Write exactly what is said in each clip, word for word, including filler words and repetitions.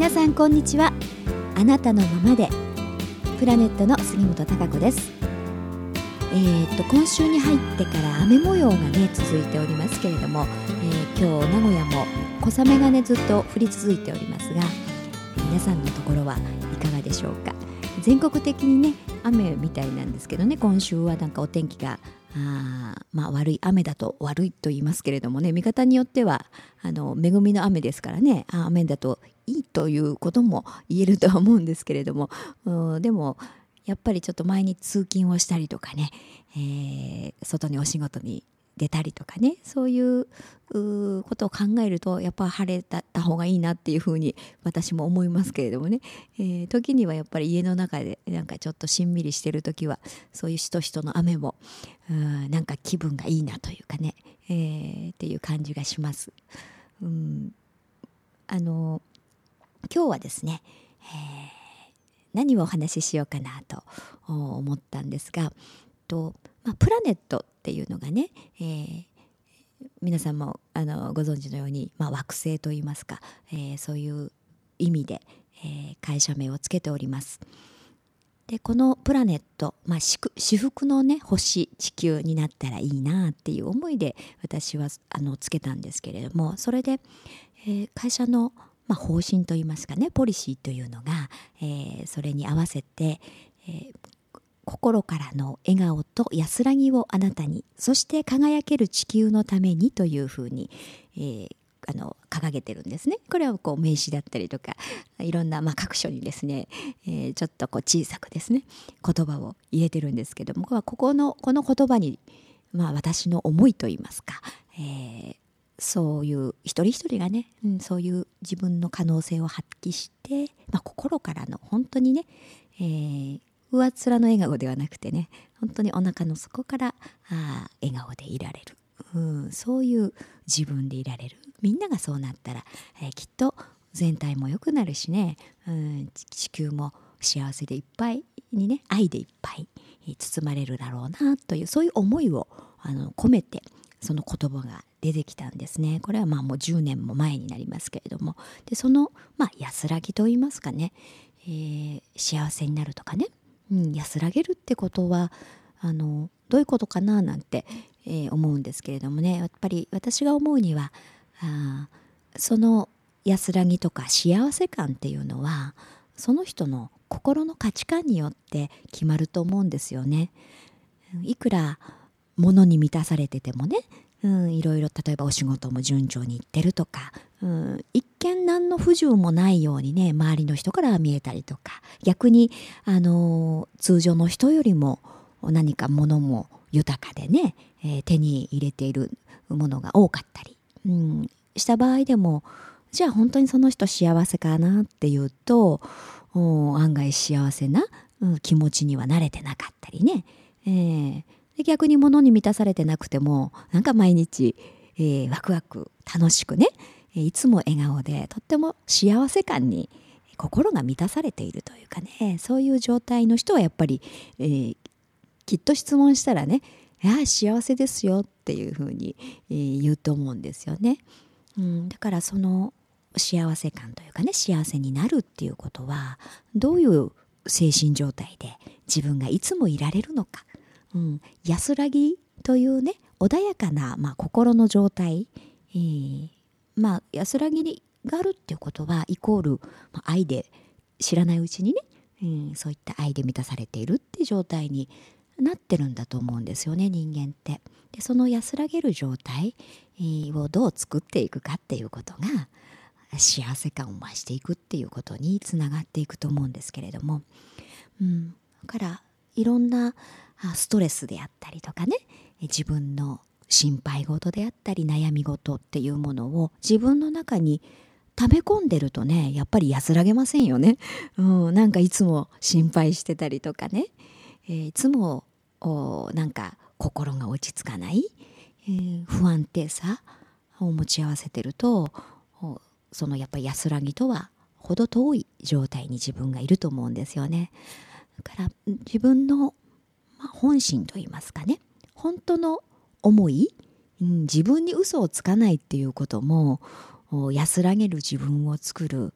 皆さんこんにちは。あなたのままでプラネットの杉本孝子です。えー、っと今週に入ってから雨模様がね続いておりますけれども、えー、今日名古屋も小雨がねずっと降り続いておりますが、皆さんのところはいかがでしょうか。全国的にね雨みたいなんですけどね、今週はなんかお天気があまあ悪い雨だと悪いと言いますけれどもね、見方によってはあの恵みの雨ですからね、あ雨だといいということも言えるとは思うんですけれども、うんでもやっぱりちょっと前に通勤をしたりとかね、えー、外にお仕事に出たりとかね、そういううことを考えるとやっぱ晴れた方がいいなっていうふうに私も思いますけれどもね、えー、時にはやっぱり家の中でなんかちょっとしんみりしてる時はそういうしとしとの雨もうんなんか気分がいいなというかね、えー、っていう感じがします。うんあの今日はですね、えー何をお話ししようかなと思ったんですが、と、まあ、プラネットっていうのがね、えー、皆さんもあのご存知のように、まあ、惑星といいますか、えー、そういう意味で、えー、会社名をつけております。でこのプラネット、まあ、至福のね星地球になったらいいなっていう思いで私はあのつけたんですけれども、それで、えー、会社のまあ、方針といいますかね、ポリシーというのが、えー、それに合わせて、えー、心からの笑顔と安らぎをあなたに、そして輝ける地球のためにというふうに、えー、あの掲げてるんですね。これはこう名詞だったりとかいろんな、まあ、各所にですね、えー、ちょっとこう小さくですね言葉を入れてるんですけども、ここのこの言葉に、まあ、私の思いといいますか、えーそういう一人一人がね、うん、そういう自分の可能性を発揮して、まあ、心からの本当にね、えー、上っ面の笑顔ではなくてね、本当にお腹の底からあ笑顔でいられる、うん、そういう自分でいられる。みんながそうなったら、えー、きっと全体も良くなるしね、うん、地球も幸せでいっぱいにね、愛でいっぱい包まれるだろうなという、そういう思いをあの込めてその言葉が出てきたんですね。これはまあもうじゅうねんも前になりますけれども、でその、まあ、安らぎといいますかね、えー、幸せになるとかね、うん、安らげるってことはあのどういうことかななんて、えー、思うんですけれどもね、やっぱり私が思うにはあその安らぎとか幸せ感っていうのはその人の心の価値観によって決まると思うんですよね。いくら物に満たされててもね、うん、いろいろ例えばお仕事も順調にいってるとか、うん、一見何の不自由もないようにね周りの人から見えたりとか、逆に、あのー、通常の人よりも何か物も豊かでね、えー、手に入れているものが多かったり、うん、した場合でも、じゃあ本当にその人幸せかなっていうと案外幸せな、うん、気持ちには慣れてなかったりね、えーで逆に物に満たされてなくてもなんか毎日、えー、ワクワク楽しくね、いつも笑顔でとっても幸せ感に心が満たされているというかね、そういう状態の人はやっぱり、えー、きっと質問したらね、いや幸せですよっていうふうに、えー、言うと思うんですよね、うん、だからその幸せ感というかね、幸せになるっていうことはどういう精神状態で自分がいつもいられるのか、うん、安らぎというね穏やかな、まあ、心の状態、えー、まあ安らぎがあるっていうことはイコール、まあ、愛で知らないうちにね、うん、そういった愛で満たされているっていう状態になってるんだと思うんですよね、人間って。でその安らげる状態、えー、をどう作っていくかっていうことが幸せ感を増していくっていうことにつながっていくと思うんですけれども、うん、だからいろんなストレスであったりとかね、自分の心配事であったり悩み事っていうものを自分の中に溜め込んでるとね、やっぱり安らげませんよね、うん、なんかいつも心配してたりとかね、えー、いつもなんか心が落ち着かない、えー、不安定さを持ち合わせてると、そのやっぱり安らぎとは程遠い状態に自分がいると思うんですよね。だから自分のまあ、本心といいますかね、本当の思い、うん、自分に嘘をつかないっていうことも安らげる自分を作る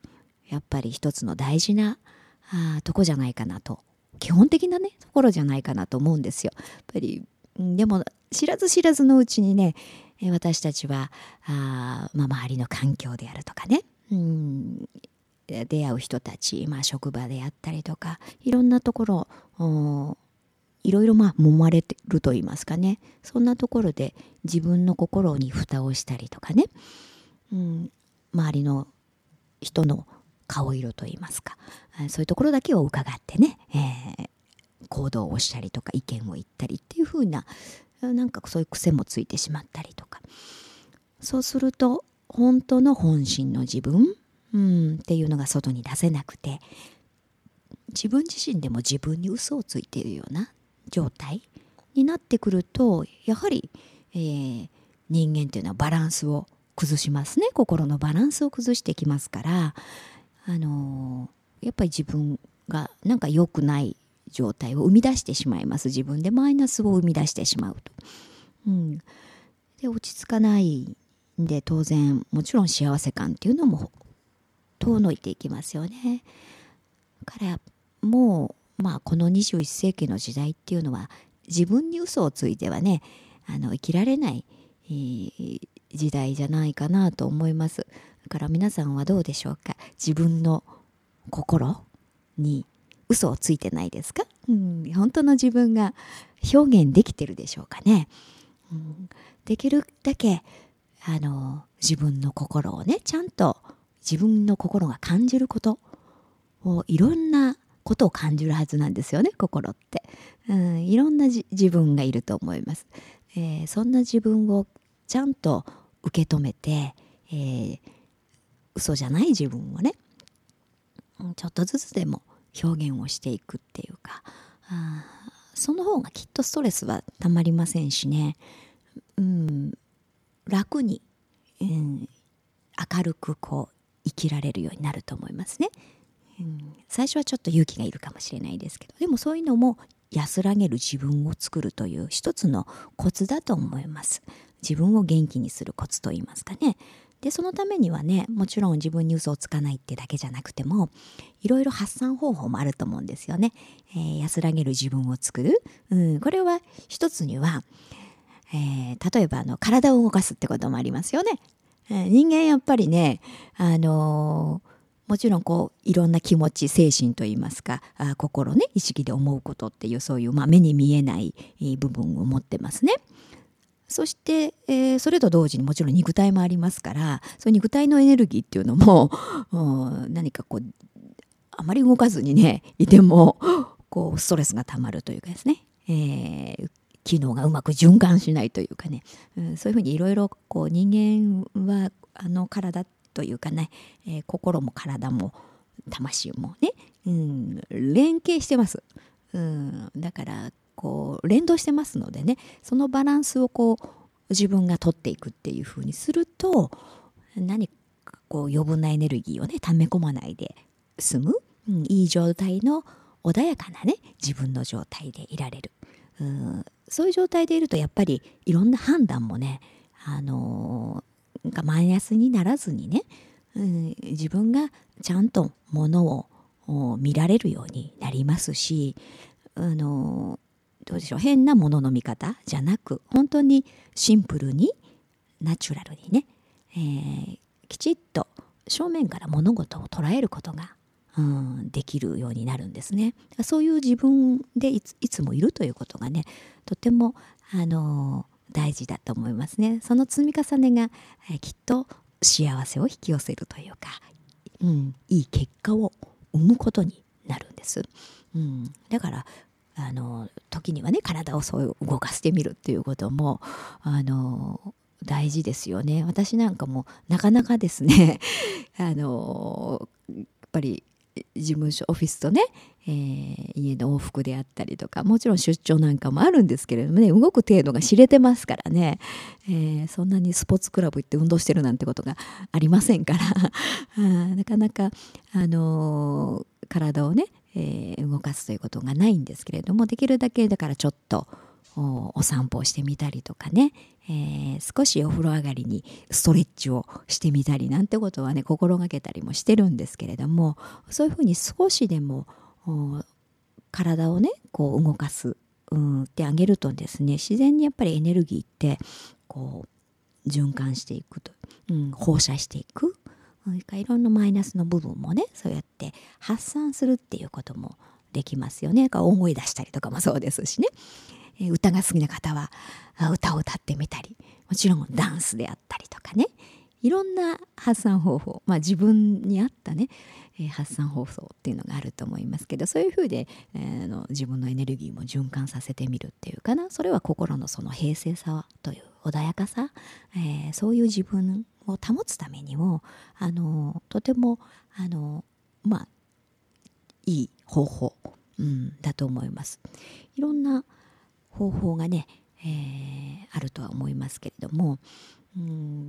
やっぱり一つの大事なあとこじゃないかなと、基本的なねところじゃないかなと思うんですよ。やっぱりでも知らず知らずのうちにね、私たちはあ、まあ、周りの環境であるとかね、うん出会う人たち、まあ、職場であったりとか、いろんなところいろいろまあ揉まれてると言いますかね、そんなところで自分の心に蓋をしたりとかね、うん、周りの人の顔色と言いますか、そういうところだけを伺ってね、えー、行動をしたりとか意見を言ったりっていう風な、なんかそういう癖もついてしまったりとか、そうすると本当の本心の自分、うん、っていうのが外に出せなくて、自分自身でも自分に嘘をついているような状態になってくると、やはり、えー、人間っていうのはバランスを崩しますね。心のバランスを崩してきますから、あのー、やっぱり自分がなんか良くない状態を生み出してしまいます。自分でマイナスを生み出してしまうと、うん、で落ち着かないんで、当然もちろん幸せ感っていうのも遠のいていきますよね。だからもう、まあ、このにじゅういっ世紀の時代っていうのは自分に嘘をついてはね、あの生きられない、えー、時代じゃないかなと思います。だから皆さんはどうでしょうか。自分の心に嘘をついてないですか？うん、本当の自分が表現できてるでしょうかね。うん、できるだけあの自分の心をね、ちゃんと自分の心が感じることを、いろんなことを感じるはずなんですよね、心って。うん、いろんなじ自分がいると思います。えー、そんな自分をちゃんと受け止めて、えー、嘘じゃない自分をね、ちょっとずつでも表現をしていくっていうか、あその方がきっとストレスはたまりませんしね、うん、楽に、うん、明るくこう生きられるようになると思いますね。うん、最初はちょっと勇気がいるかもしれないですけど、でもそういうのも安らげる自分を作るという一つのコツだと思います。自分を元気にするコツといいますかね。でそのためにはね、もちろん自分に嘘をつかないってだけじゃなくても、いろいろ発散方法もあると思うんですよね。えー、安らげる自分を作る、うん、これは一つには、えー、例えばあの体を動かすってこともありますよね。えー、人間やっぱりね、あのーもちろんこういろんな気持ち、精神といいますか、あ心ね、意識で思うことっていう、そういう、まあ、目に見えない部分を持ってますね。そして、えー、それと同時にもちろん肉体もありますから、その肉体のエネルギーっていうのも何かこうあまり動かずにねいてもこうストレスがたまるというかですね、えー、機能がうまく循環しないというかね、うん、そういうふうにいろいろこう人間はあの体というかね、えー、心も体も魂もね、うん、連携してます、うん、だからこう連動してますのでね、そのバランスをこう自分が取っていくっていう風にすると、何かこう余分なエネルギーをね溜め込まないで済む、うん、いい状態の穏やかなね自分の状態でいられる、うん、そういう状態でいるとやっぱりいろんな判断もね、あのーがマイナスにならずにね、うん、自分がちゃんとものを見られるようになりますし、あのどうでしょう、変なものの見方じゃなく、本当にシンプルにナチュラルにね、えー、きちっと正面から物事を捉えることが、うん、できるようになるんですね。そういう自分でい つ, いつもいるということがね、とてもあの大事だと思いますね。その積み重ねが、えー、きっと幸せを引き寄せるというか、うん、いい結果を生むことになるんです。うん、だからあの時にはね、体をそう動かしてみるっていうこともあの大事ですよね。私なんかもなかなかですねあのやっぱり事務所オフィスとね、えー、家の往復であったりとか、もちろん出張なんかもあるんですけれどもね、動く程度が知れてますからね、えー、そんなにスポーツクラブ行って運動してるなんてことがありませんからあなかなか、あのー、体をね、えー、動かすということがないんですけれども、できるだけだからちょっとお, お散歩をしてみたりとかね、えー、少しお風呂上がりにストレッチをしてみたりなんてことはね心がけたりもしてるんですけれども、そういうふうに少しでも体をねこう動かす、うん、ってあげるとですね、自然にやっぱりエネルギーってこう循環していくと、うん、放射していく、いろんなマイナスの部分もねそうやって発散するっていうこともできますよね。大声出したりとかもそうですしね、えー、歌が好きな方は歌を歌ってみたり、もちろんダンスであったりとかね、いろんな発散方法、まあ、自分に合ったね、えー、発散方法っていうのがあると思いますけど、そういうふうで、えー、の自分のエネルギーも循環させてみるっていうかな、それは心のその平静さという穏やかさ、えー、そういう自分を保つためにもあのとてもあのまあいい方法、うん、だと思います。いろんな方法がね、えー、あるとは思いますけれども、うん、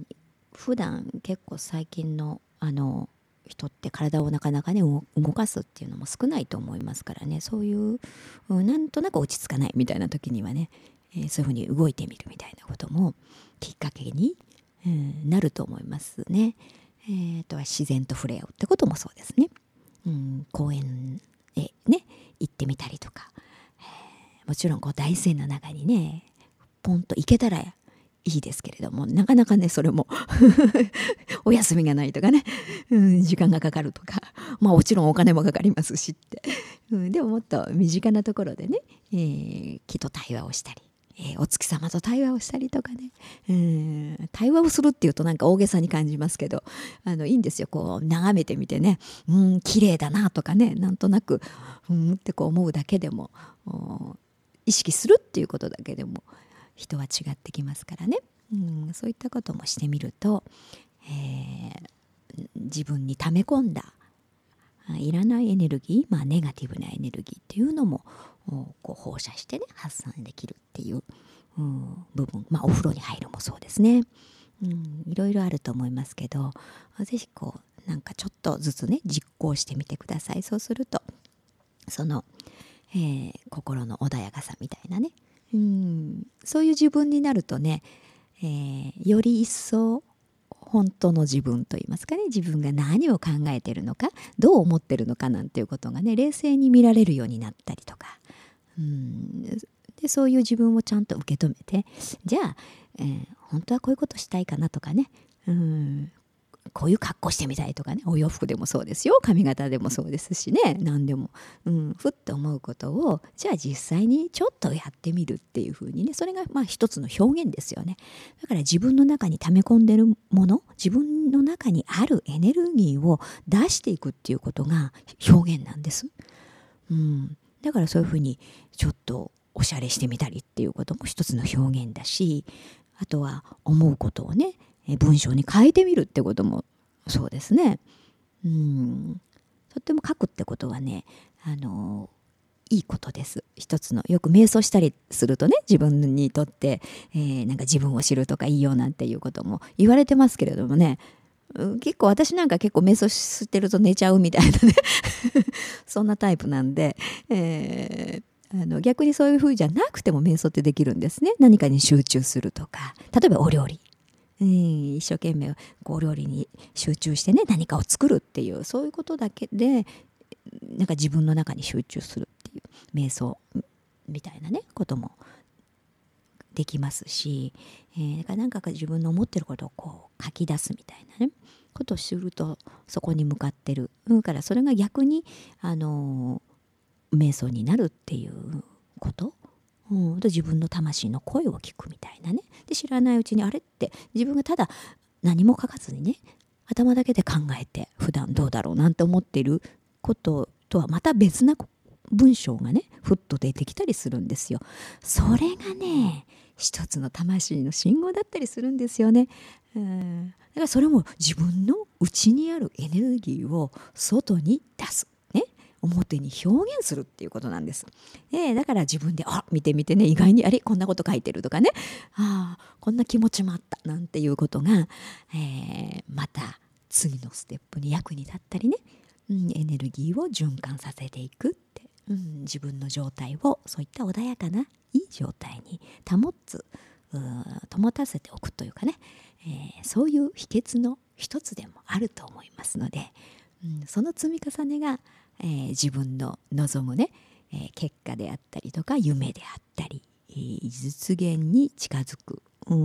普段結構最近のあの人って体をなかなかね動かすっていうのも少ないと思いますからね、そういう、うん、なんとなく落ち着かないみたいな時にはね、えー、そういうふうに動いてみるみたいなこともきっかけに、うん、なると思いますね。えー、あとは自然と触れ合うってこともそうですね。うん、公園へね行ってみたりとか、えー、もちろんこう大自然の中にねポンと行けたらいいですけれども、なかなかねそれもお休みがないとかね、うん、時間がかかるとか、まあもちろんお金もかかりますしって、うん、でももっと身近なところでね、えー、木と対話をしたり、えー、お月様と対話をしたりとかね、うん、対話をするっていうとなんか大げさに感じますけど、あのいいんですよ。こう眺めてみてね、うん、綺麗だなとかね、なんとなくうんってこう思うだけでも、意識するっていうことだけでも人は違ってきますからね、うん、そういったこともしてみると、えー、自分に溜め込んだいらないエネルギー、まあ、ネガティブなエネルギーっていうのもこう放射してね発散できるっていう、うん、部分、まあ、お風呂に入るもそうですね、うん、いろいろあると思いますけど、ぜひこうなんかちょっとずつね実行してみてください。そうするとその、えー、心の穏やかさみたいなね、うん、そういう自分になるとね、えー、より一層本当の自分といいますかね、自分が何を考えているのか、どう思ってるのかなんていうことがね冷静に見られるようになったりとか、うん、でそういう自分をちゃんと受け止めて、じゃあ、えー、本当はこういうことしたいかなとかね、うん、こういう格好してみたいとかね、お洋服でもそうですよ、髪型でもそうですしね、何でも、うん、ふっと思うことをじゃあ実際にちょっとやってみるっていう風にね、それがまあ一つの表現ですよね。だから自分の中に溜め込んでるもの、自分の中にあるエネルギーを出していくっていうことが表現なんです、うん、だからそういう風にちょっとおしゃれしてみたりっていうことも一つの表現だし、あとは思うことをね文章に書いてみるってこともそうですね。うん、とっても書くってことはね、あのいいことです。一つのよく瞑想したりするとね、自分にとって、えー、なんか自分を知るとかいいよなんていうことも言われてますけれどもね、結構私なんか結構瞑想してると寝ちゃうみたいなねそんなタイプなんで、えー、あの逆にそういう風じゃなくても瞑想ってできるんですね。何かに集中するとか、例えばお料理、うん、一生懸命お料理に集中してね何かを作るっていう、そういうことだけでなんか自分の中に集中するっていう瞑想みたいなねこともできますし、えー、だからなんか自分の思ってることをこう書き出すみたいなねことをすると、そこに向かってる、うん、からそれが逆にあのー、瞑想になるっていうこと、うん、と自分の魂の声を聞くみたいなね。で知らないうちにあれって自分がただ何も書かずにね頭だけで考えて普段どうだろうなんて思っていることとはまた別な文章がねふっと出てきたりするんですよ。それがね一つの魂の信号だったりするんですよね。うん、だからそれも自分の内にあるエネルギーを外に出す、ね、表に表現するっていうことなんです。でだから自分であ見てみてね、意外にあれこんなこと書いてるとかね、あこんな気持ちもあったなんていうことが、えー、また次のステップに役に立ったりね、うん、エネルギーを循環させていくって、うん、自分の状態をそういった穏やかないい状態に保つ保たせておくというかね、えー、そういう秘訣の一つでもあると思いますので、うん、その積み重ねが、えー、自分の望むね、えー、結果であったりとか夢であったり、えー、実現に近づく、うん、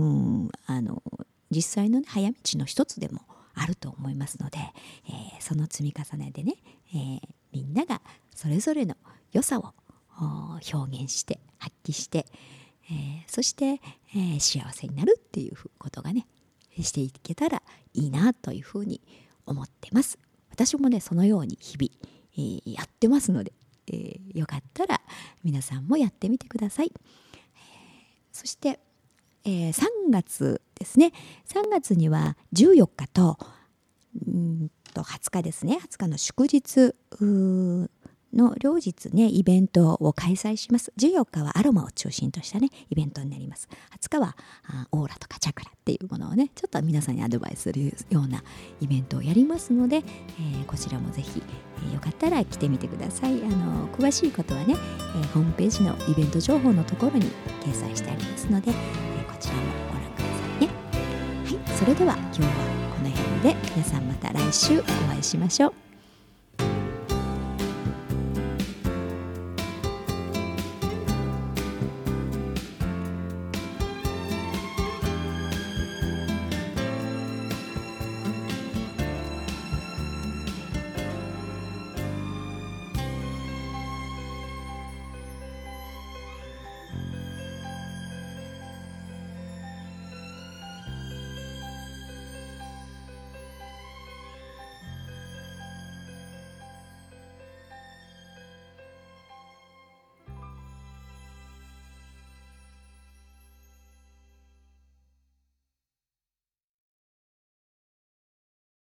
あの実際の、ね、早道の一つでもあると思いますので、えー、その積み重ねでね、えー、みんながそれぞれの良さを表現して発揮して、えー、そして、えー、幸せになるっていうことがねしていけたらいいなというふうに思ってます。私もねそのように日々、えー、やってますので、えー、よかったら皆さんもやってみてください。えー、そして、えー、さんがつですね。さんがつにはじゅうよっかとうんとはつかですね。はつかの祝日の両日ねイベントを開催します。じゅうよっかはアロマを中心としたねイベントになります。はつかはあオーラとかチャクラっていうものをねちょっと皆さんにアドバイスするようなイベントをやりますので、えー、こちらもぜひ、えー、よかったら来てみてください。あの詳しいことはね、えー、ホームページのイベント情報のところに掲載してありますので、えー、こちらもご覧くださいね。はい、それでは今日はこの辺で皆さんまた来週お会いしましょう。